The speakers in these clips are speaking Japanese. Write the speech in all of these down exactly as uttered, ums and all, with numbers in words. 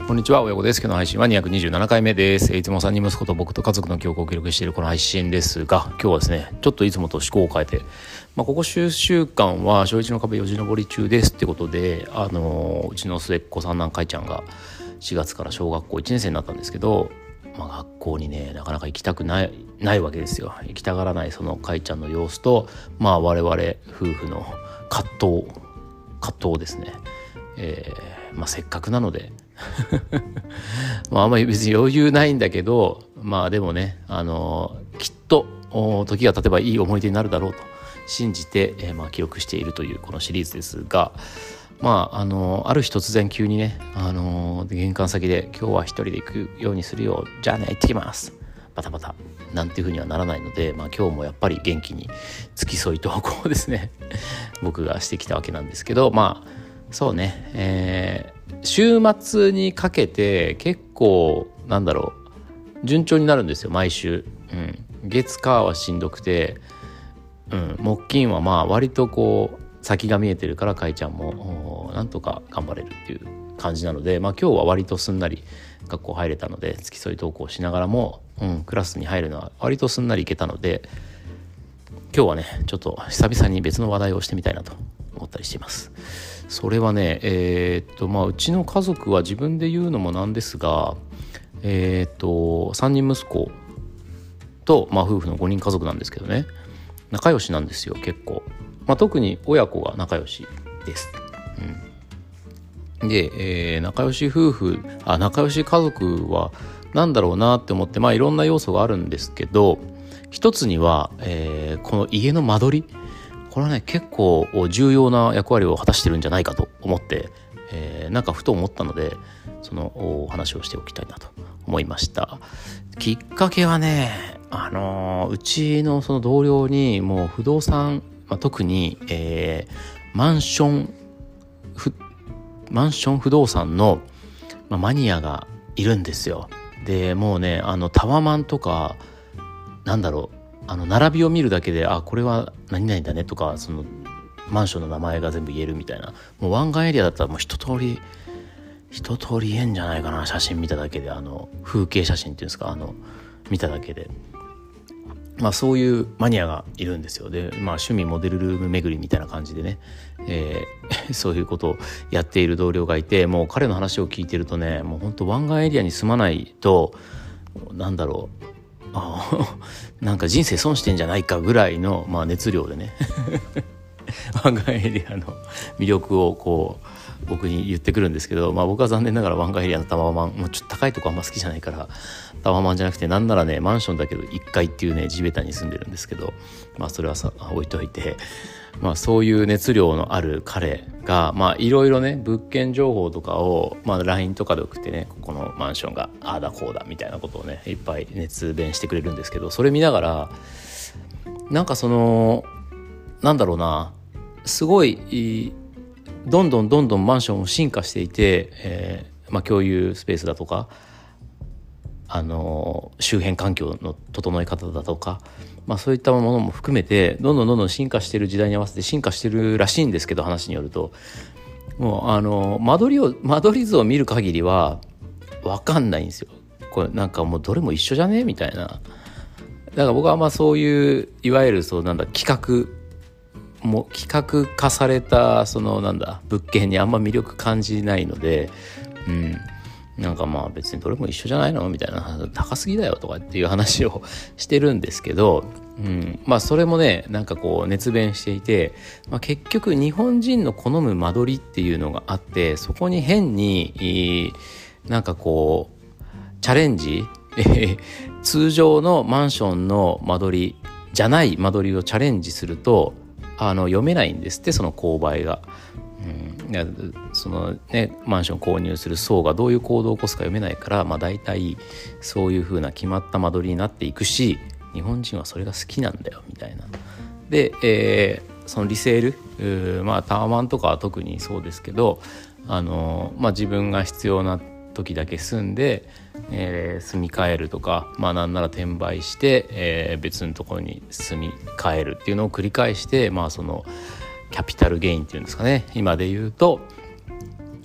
こんにちは、親子です。今日の配信はにひゃくにじゅうななかいめです。いつもさんにん息子と僕と家族の記憶を記録しているこの配信ですが、今日はですね、ちょっといつもと趣向を変えて、まあ、ここ数週間は小一の壁よじ登り中ですってことで、あのー、うちの末っ子三男かいちゃんがしがつから小学校いちねん生になったんですけど、まあ、学校にねなかなか行きたくないないわけですよ。行きたがらないそのかいちゃんの様子と、まあ、我々夫婦の葛藤葛藤ですね、えーまあ、せっかくなのでまああんまり別に余裕ないんだけど、まあでもね、あのー、きっと時が経てばいい思い出になるだろうと信じて、えーまあ、記録しているというこのシリーズですが、まああのー、ある日突然急にね、あのー、玄関先で今日は一人で行くようにするよ、じゃあね行ってきますバタバタなんていう風にはならないので、まあ、今日もやっぱり元気に付き添い投稿をですね僕がしてきたわけなんですけど、まあそうね、えー、週末にかけて結構なんだろう順調になるんですよ毎週、うん、月火はしんどくて、うん、木金はまあ割とこう先が見えてるからかいちゃんもなんとか頑張れるっていう感じなので、まあ、今日は割とすんなり学校入れたので付き添い登校しながらも、うん、クラスに入るのは割とすんなりいけたので、今日はねちょっと久々に別の話題をしてみたいなと思ったりしています。それはね、えーっとまあ、うちの家族は自分で言うのもなんですが、えーっとさんにん息子と、まあ、夫婦のごにん家族なんですけどね、仲良しなんですよ結構、まあ、特に親子が仲良しです、うん、で、えー、仲良し夫婦あ仲良し家族はなんだろうなって思って、まあ、いろんな要素があるんですけど、一つには、えー、この家の間取り、これはね結構重要な役割を果たしてるんじゃないかと思って、えー、なんかふと思ったのでそのお話をしておきたいなと思いました。きっかけはね、あのー、うちのその同僚にもう不動産、まあ、特に、えー、マンションふマンション不動産の、まあ、マニアがいるんですよ。でもうねあのタワマンとかなんだろうあの並びを見るだけであこれは何々だねとか、そのマンションの名前が全部言えるみたいな、もう湾岸エリアだったらもう一通り一通り言えんじゃないかな、写真見ただけで、あの風景写真っていうんですか、あの見ただけで、まあそういうマニアがいるんですよ。で、まあ趣味モデルルーム巡りみたいな感じでね、えー、そういうことをやっている同僚がいて、もう彼の話を聞いてるとね、もう本当湾岸エリアに住まないとなんだろうあなんか人生損してんじゃないかぐらいの、まあ、熱量でね湾岸エリアの魅力をこう僕に言ってくるんですけど、まあ、僕は残念ながら湾岸エリアのタワマンもうちょっと高いとこあんま好きじゃないからタワマンじゃなくて、なんならねマンションだけどいっかいっていうね地べたに住んでるんですけど、まあそれはさ置いといて、まあそういう熱量のある彼がまあいろいろね物件情報とかをまあ ライン とかで送ってね、ここのマンションがああだこうだみたいなことをねいっぱい熱弁してくれるんですけど、それ見ながらなんかそのなんだろうな、すごいどんどんどんどんマンションも進化していて、えーまあ、共有スペースだとかあの周辺環境の整え方だとか、まあ、そういったものも含めてどんどんどんどん進化している時代に合わせて進化してるらしいんですけど、話によるともうあの間取りを間取り図を見る限りは分かんないんですよ。これなんかもうどれも一緒じゃねみたいな。だから僕はまあそういういわゆるそうなんだ企画もう企画化されたそのなんだ物件にあんま魅力感じないので、うんなんかまあ別にどれも一緒じゃないのみたいな、高すぎだよとかっていう話をしてるんですけど、うん、まあそれもねなんかこう熱弁していて、まあ、結局日本人の好む間取りっていうのがあって、そこに変になんかこうチャレンジ通常のマンションの間取りじゃない間取りをチャレンジするとあの読めないんですって、その勾配が。うん、そのねマンション購入する層がどういう行動を起こすか読めないから、まあ、大体そういう風な決まった間取りになっていくし、日本人はそれが好きなんだよみたいな。で、えー、そのリセール、まあタワマンとかは特にそうですけど、あの、まあ、自分が必要な時だけ住んで、えー、住み替えるとか、まあなんなら転売して、えー、別のところに住み替えるっていうのを繰り返して、まあそのキャピタルゲインっていうんですかね、今で言うと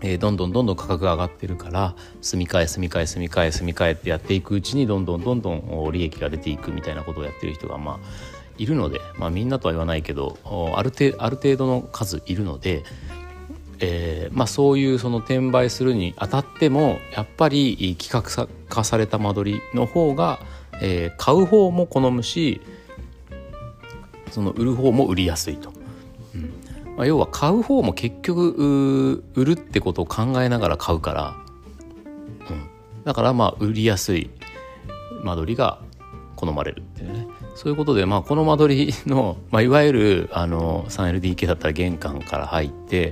えー、どんどんどんどん価格が上がってるから住み替え住み替え住み替え住み替えってやっていくうちにどんどんどんどん利益が出ていくみたいなことをやってる人がまあいるので、まあ、みんなとは言わないけどある程度、ある程度の数いるので、えーまあ、そういうその転売するにあたってもやっぱり規格化された間取りの方が、えー、買う方も好むしその売る方も売りやすいと、うんまあ、要は買う方も結局売るってことを考えながら買うから、うん、だからまあ売りやすい間取りが好まれるっていうね、そういうことで、まあ、この間取りの、まあ、いわゆるあの スリーエルディーケー だったら玄関から入って、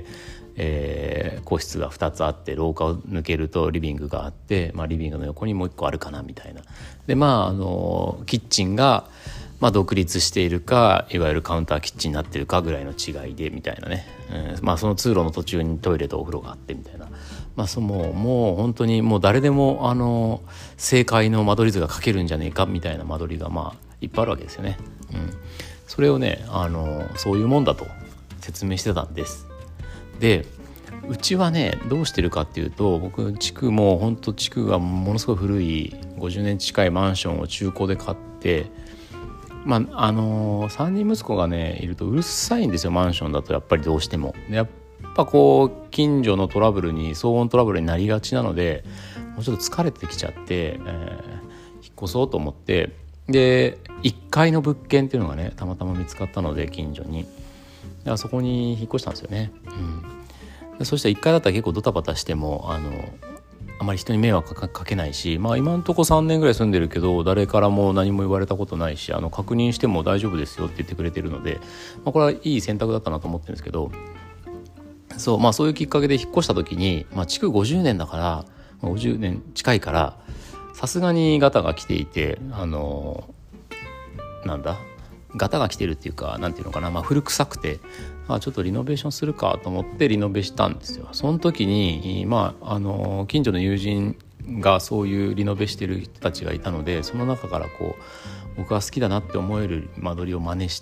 えー、個室がふたつあって廊下を抜けるとリビングがあって、まあ、リビングの横にもういっこあるかなみたいなで、まあ、あのキッチンが、まあ、独立しているかいわゆるカウンターキッチンになっているかぐらいの違いでみたいなね、うんまあ、その通路の途中にトイレとお風呂があってみたいな、まあ、そのもう本当にもう誰でもあの正解の間取り図が描けるんじゃねえかみたいな間取りがまあいっぱいあるわけですよね、うん、それをねあのそういうもんだと説明してたんです。でうちはねどうしてるかっていうと僕地区も本当地区がものすごい古いごじゅうねん近いマンションを中古で買ってまああのー、さんにん息子がねいるとうるさいんですよマンションだとやっぱりどうしてもでやっぱこう近所のトラブルに騒音トラブルになりがちなのでもうちょっと疲れてきちゃって、えー、引っ越そうと思ってでいっかいの物件っていうのがねたまたま見つかったので近所にでそこに引っ越したんですよね、うん、でそしたらいっかいだったら結構ドタバタしてもあのあまり人に迷惑かけないし、まあ、今のとこさんねんぐらい住んでるけど誰からも何も言われたことないしあの確認しても大丈夫ですよって言ってくれてるので、まあ、これはいい選択だったなと思ってるんですけどそう、まあ、そういうきっかけで引っ越した時に、まあ、築ごじゅうねんだからごじゅうねん近いからさすがにガタが来ていてあのなんだガタが来てるっていうかなんていうのかな、まあ、古臭くてあちょっとリノベーションするかと思ってリノベしたんですよ。その時に、まあ、あの近所の友人がそういうリノベしてる人たちがいたのでその中からこう僕が好きだなって思える間取りを真似して、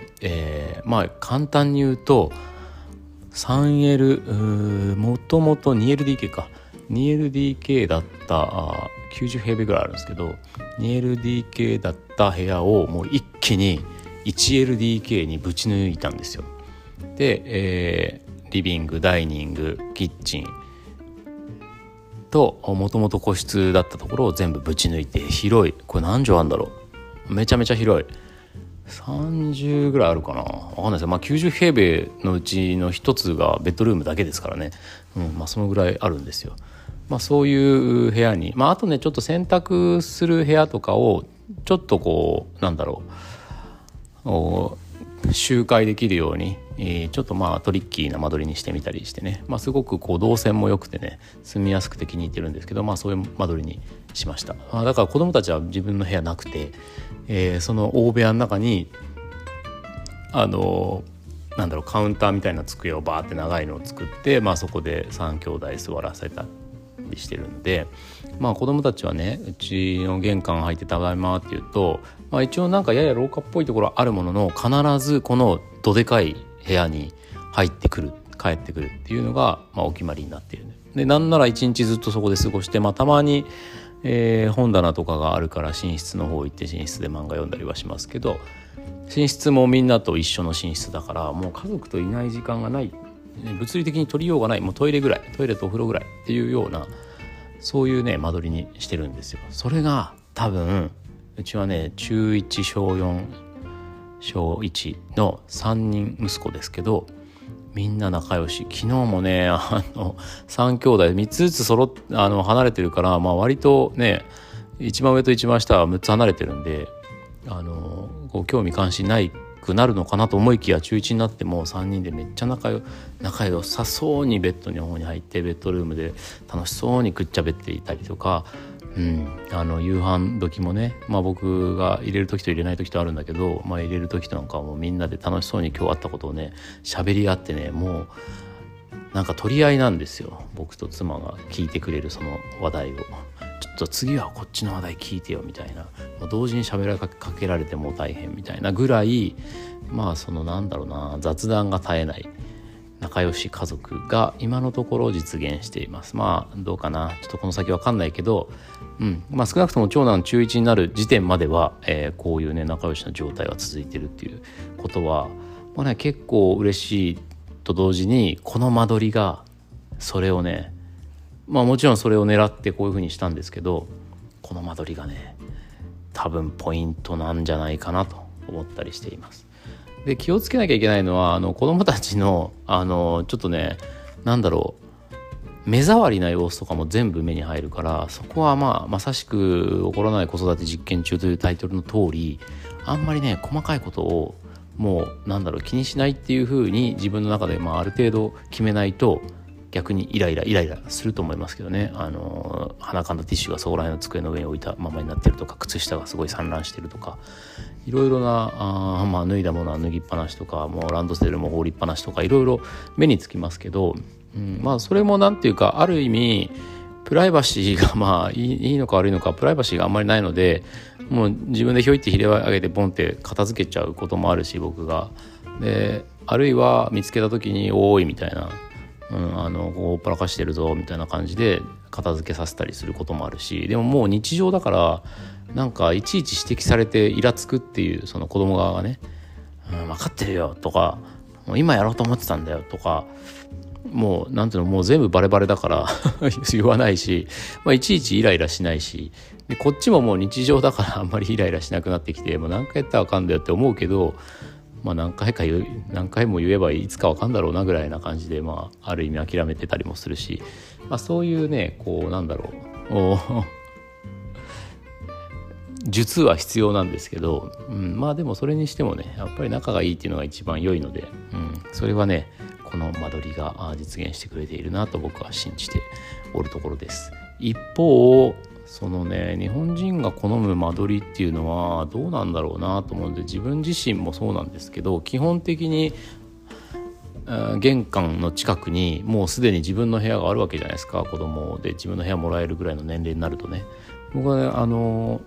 えー、まあ簡単に言うと スリーエル もともと ツーエルディーケー か ツーエルディーケー だったきゅうじゅう平米ぐらいあるんですけど ツーエルディーケー だった部屋をもう一気に ワンエルディーケー にぶち抜いたんですよ。で、えー、リビングダイニングキッチンともともと個室だったところを全部ぶち抜いて広いこれ何畳あるんだろうめちゃめちゃ広いさんじゅうぐらいあるかな分かんないですよ、まあ、きゅうじゅう平米のうちの一つがベッドルームだけですからね、うんまあ、そのぐらいあるんですよ。まあ、そういう部屋に、まあ、あとねちょっと洗濯する部屋とかをちょっとこうなんだろう周回できるように、えー、ちょっとまあトリッキーな間取りにしてみたりしてね、まあ、すごくこう動線も良くてね住みやすくて気に入ってるんですけど、まあ、そういう間取りにしました。まあ、だから子供たちは自分の部屋なくて、えー、その大部屋の中にあのなんだろうカウンターみたいな机をバーって長いのを作って、まあ、そこでさん兄弟座らせたりしてるんで、まあ、子供たちはねうちの玄関入ってただいまって言うと、まあ、一応なんかやや廊下っぽいところあるものの必ずこのどでかい部屋に入ってくる帰ってくるっていうのが、まあ、お決まりになっている。でなんなら一日ずっとそこで過ごして、まあ、たまに、えー、本棚とかがあるから寝室の方行って寝室で漫画読んだりはしますけど寝室もみんなと一緒の寝室だからもう家族といない時間がない物理的に取りようがないもうトイレぐらいトイレとお風呂ぐらいっていうようなそういうね間取りにしてるんですよ。それが多分うちはね中いち小よん小いちのさんにん息子ですけどみんな仲良し昨日もねあのさん兄弟みっつずつ揃っあの離れてるから、まあ、割とね一番上と一番下はむっつ離れてるんであのこう興味関心ないくなるのかなと思いきや中いちになってもさんにんでめっちゃ仲よ仲良さそうにベッドの方に入ってベッドルームで楽しそうにくっちゃべっていたりとか、うん、あの夕飯時もね、まあ、僕が入れる時と入れない時とあるんだけど、まあ、入れる時なんかはもうみんなで楽しそうに今日あったことをね喋り合ってねもうなんか取り合いなんですよ。僕と妻が聞いてくれるその話題をちょっと次はこっちの話題聞いてよみたいな同時に喋らかけられても大変みたいなぐらいまあそのなんだろうな雑談が絶えない、 仲良し家族が今のところ実現しています。まあどうかな、ちょっとこの先わかんないけど、うんまあ、少なくとも長男中いちになる時点までは、えー、こういうね仲良しの状態は続いてるっていうことは、まあね、結構嬉しいと同時に、この間取りがそれをね、まあもちろんそれを狙ってこういう風にしたんですけど、この間取りがね多分ポイントなんじゃないかなと思ったりしています。で気をつけなきゃいけないのは、あの子供たちのあのちょっとね、なんだろう、目障りな様子とかも全部目に入るから、そこはまあまさしく起こらない子育て実験中というタイトルの通り、あんまりね細かいことをもうなんだろう気にしないっていう風に自分の中でまあある程度決めないと、逆にイライライライラすると思いますけどね。あの鼻かんだティッシュがそこら辺の机の上に置いたままになってるとか、靴下がすごい散乱してるとか、いろいろなあ、まあ、脱いだものは脱ぎっぱなしとか、もうランドセルも放りっぱなしとか、いろいろ目につきますけど、うん、まあそれもなんていうか、ある意味プライバシーがまあいい、いいのか悪いのか、プライバシーがあんまりないので、もう自分でひょいってひれ上げてボンって片付けちゃうこともあるし、僕がで、あるいは見つけた時におーいみたいな、うん、あのこうパラかしてるぞみたいな感じで片付けさせたりすることもあるし、でももう日常だから、なんかいちいち指摘されてイラつくっていう、その子供側がね、うん、分かってるよとか、もう今やろうと思ってたんだよとか、もうなんていうの、もう全部バレバレだから言わないし、まあ、いちいちイライラしないし、でこっちももう日常だからあんまりイライラしなくなってきて、もう何回やったらあかんだよって思うけど、まあ、何回か言う何回も言えばいつかわかんだろうなぐらいな感じで、まあ、ある意味諦めてたりもするし、まあ、そういうね、こうなんだろう術は必要なんですけど、うん、まあでもそれにしてもね、やっぱり仲がいいっていうのが一番良いので、うん、それはねこの間取りが実現してくれているなと僕は信じておるところです。一方そのね、日本人が好む間取りっていうのはどうなんだろうなと思うので、自分自身もそうなんですけど、基本的に玄関の近くにもうすでに自分の部屋があるわけじゃないですか。子供で自分の部屋もらえるぐらいの年齢になるとね、僕はね、あの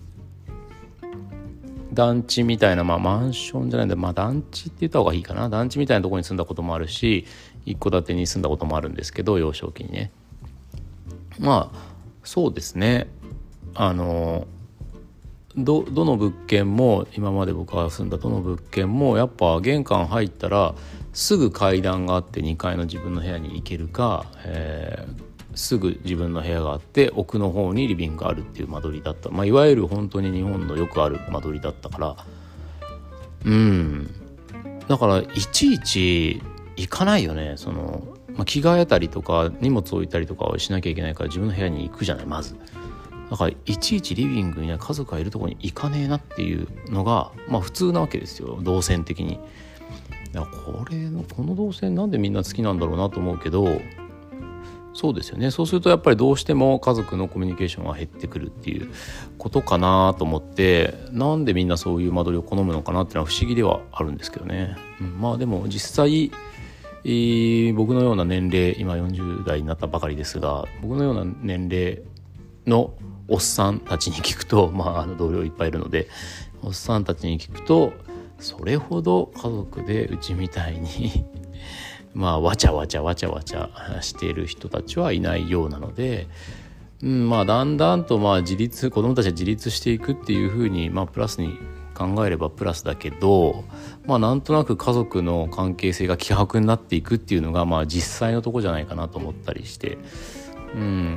団地みたいな、まあマンションじゃないんだ、まあ団地って言った方がいいかな、団地みたいなところに住んだこともあるし、一戸建てに住んだこともあるんですけど、幼少期にね、まあそうですね、あのど, どの物件も、今まで僕が住んだどの物件もやっぱ玄関入ったらすぐ階段があってにかいの自分の部屋に行けるか、えー、すぐ自分の部屋があって奥の方にリビングがあるっていう間取りだった、まあ、いわゆる本当に日本のよくある間取りだったから、うんだからいちいち行かないよね。そのまあ、着替えたりとか荷物置いたりとかをしなきゃいけないから、自分の部屋に行くじゃない、まず。だからいちいちリビングに家族がいるところに行かねえなっていうのがまあ普通なわけですよ、動線的に。だからこれのこの動線なんでみんな好きなんだろうなと思うけど、そうですよね。そうするとやっぱりどうしても家族のコミュニケーションが減ってくるっていうことかなと思って、なんでみんなそういう間取りを好むのかなっていうのは不思議ではあるんですけどね、うん、まあでも実際えー、僕のような年齢、今よんじゅう代になったばかりですが、僕のような年齢のおっさんたちに聞くと、まあ、あの同僚いっぱいいるので、おっさんたちに聞くとそれほど家族でうちみたいにまあわちゃわちゃわちゃわちゃしている人たちはいないようなので、うん、まあだんだんとまあ自立、子どもたちは自立していくっていうふうに、まあプラスに考えればプラスだけど、まあなんとなく家族の関係性が希薄になっていくっていうのがまあ実際のとこじゃないかなと思ったりして、うん、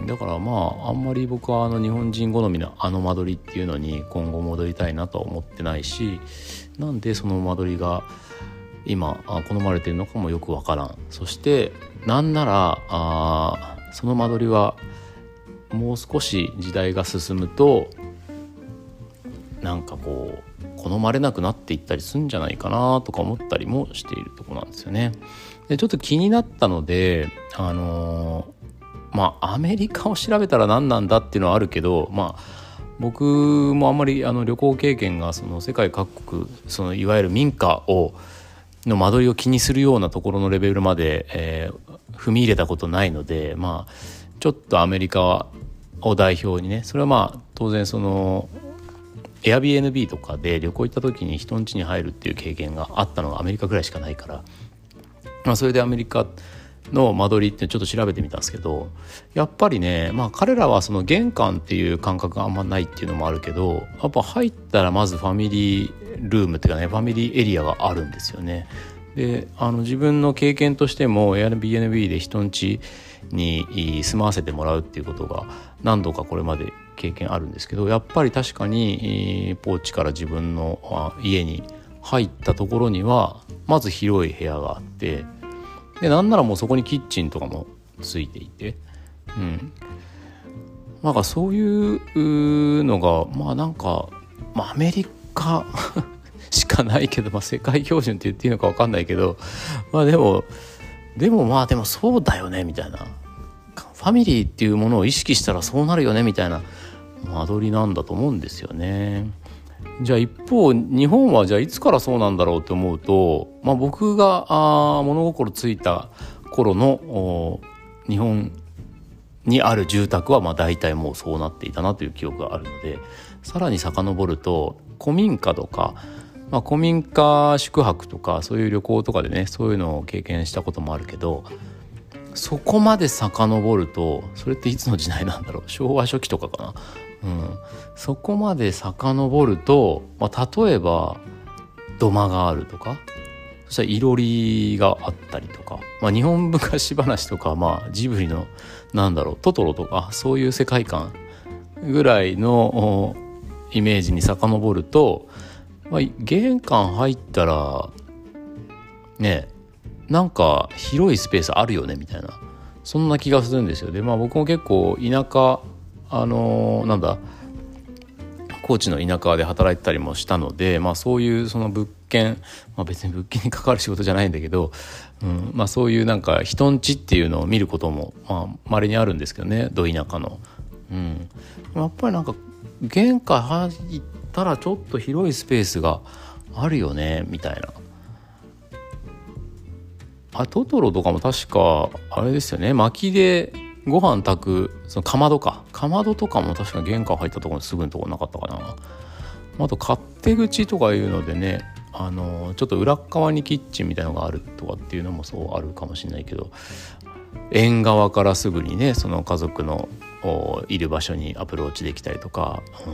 だからまああんまり僕はあの日本人好みのあの間取りっていうのに今後戻りたいなとは思ってないし、なんでその間取りが今好まれているのかもよくわからん。そしてなんならあその間取りはもう少し時代が進むとなんかこう好まれなくなっていったりするんじゃないかなとか思ったりもしているところなんですよね。でちょっと気になったので、あのー、まあアメリカを調べたら何なんだっていうのはあるけど、まあ僕もあんまりあの旅行経験がその世界各国、そのいわゆる民家をの間取りを気にするようなところのレベルまで、えー、踏み入れたことないので、まあちょっとアメリカを代表にね、それはまあ当然そのAirbnb とかで旅行行った時に人ん家に入るっていう経験があったのがアメリカぐらいしかないから、 まあ、それでアメリカの間取りってちょっと調べてみたんですけど、やっぱりね、まあ、彼らはその玄関っていう感覚があんまないっていうのもあるけど、やっぱ入ったらまずファミリールームっていうかね、ファミリーエリアがあるんですよね。で、あの自分の経験としても Airbnb で人ん家に住まわせてもらうっていうことが何度かこれまで経験あるんですけど、やっぱり確かにポーチから自分の家に入ったところにはまず広い部屋があって、でなんならもうそこにキッチンとかもついていて、うん、なんかそういうのがまあなんか、まあ、アメリカしかないけど、まあ、世界標準って言っていいのか分かんないけど、まあでもでもまあでもそうだよねみたいな、ファミリーっていうものを意識したらそうなるよねみたいな間取りなんだと思うんですよね。じゃあ一方日本はじゃあいつからそうなんだろうと思うと、まあ、僕があ物心ついた頃の日本にある住宅はまあ大体もうそうなっていたなという記憶があるので、さらに遡ると古民家とか、まあ、古民家宿泊とかそういう旅行とかでね、そういうのを経験したこともあるけど、そこまで遡るとそれっていつの時代なんだろう、昭和初期とかかな、うん、そこまで遡ると、まあ、例えば土間があるとか、そしたらいろりがあったりとか、まあ、日本昔話とか、まあ、ジブリのなんだろうトトロとかそういう世界観ぐらいのイメージに遡ると、まあ、玄関入ったらね、なんか広いスペースあるよねみたいな、そんな気がするんですよ。で、まあ僕も結構田舎、あのー、なんだ高知の田舎で働いてたりもしたので、まあそういうその物件、まあ、別に物件に関わる仕事じゃないんだけど、うん、まあそういうなんか人んちっていうのを見ることもまあ稀にあるんですけどね、ど田舎の、うん、やっぱりなんか玄関入ったらちょっと広いスペースがあるよねみたいな。あ、トトロとかも確かあれですよね、薪でご飯炊くそのかまどかかまどとかも確か玄関入ったところにすぐのところなかったかな。あと勝手口とかいうのでね、あのちょっと裏側にキッチンみたいなのがあるとかっていうのもそうあるかもしれないけど、縁側からすぐにねその家族のいる場所にアプローチできたりとか、うん、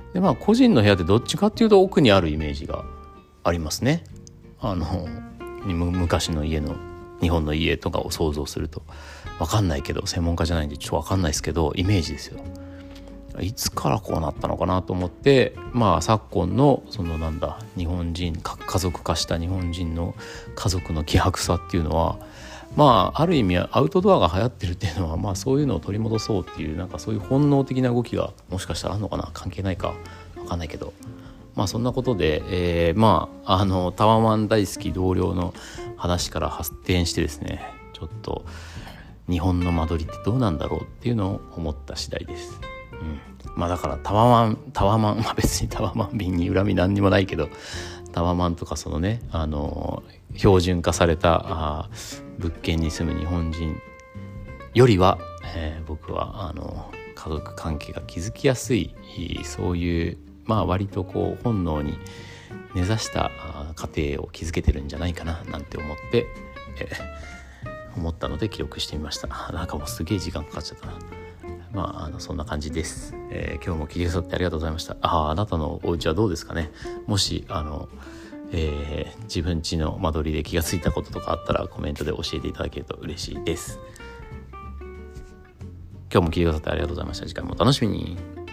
でまあ個人の部屋ってどっちかっていうと奥にあるイメージがありますね。あの昔の家の日本の家とかを想像すると、分かんないけど専門家じゃないんでちょっと分かんないですけどイメージですよ。いつからこうなったのかなと思って、まあ昨今のそのなんだ日本人家族化した日本人の家族の希薄さっていうのは、まあある意味アウトドアが流行ってるっていうのは、まあそういうのを取り戻そうっていうなんかそういう本能的な動きがもしかしたらあるのかな、関係ないか分かんないけど、まあそんなことで、えー、まああのタワマン大好き同僚の話から発展してですね、ちょっと日本の間取りってどうなんだろうっていうのを思った次第です。うん、まあだからタワマンタワマン、まあ、別にタワマン便に恨み何にもないけど、タワマンとかそのねあの標準化されたあ物件に住む日本人よりは、えー、僕はあの家族関係が築きやすい、そういうまあ割とこう本能に根ざした家庭を築けてるんじゃないかななんて思って、えー、思ったので記録してみました。なんかもうすげえ時間かかっちゃったな。まあ、あのそんな感じです、えー、今日も聞いてくださってありがとうございました。ああなたのお家はどうですかね。もしあの、えー、自分家の間取りで気がついたこととかあったらコメントで教えていただけると嬉しいです。今日も聞いてくださってありがとうございました。次回もお楽しみに。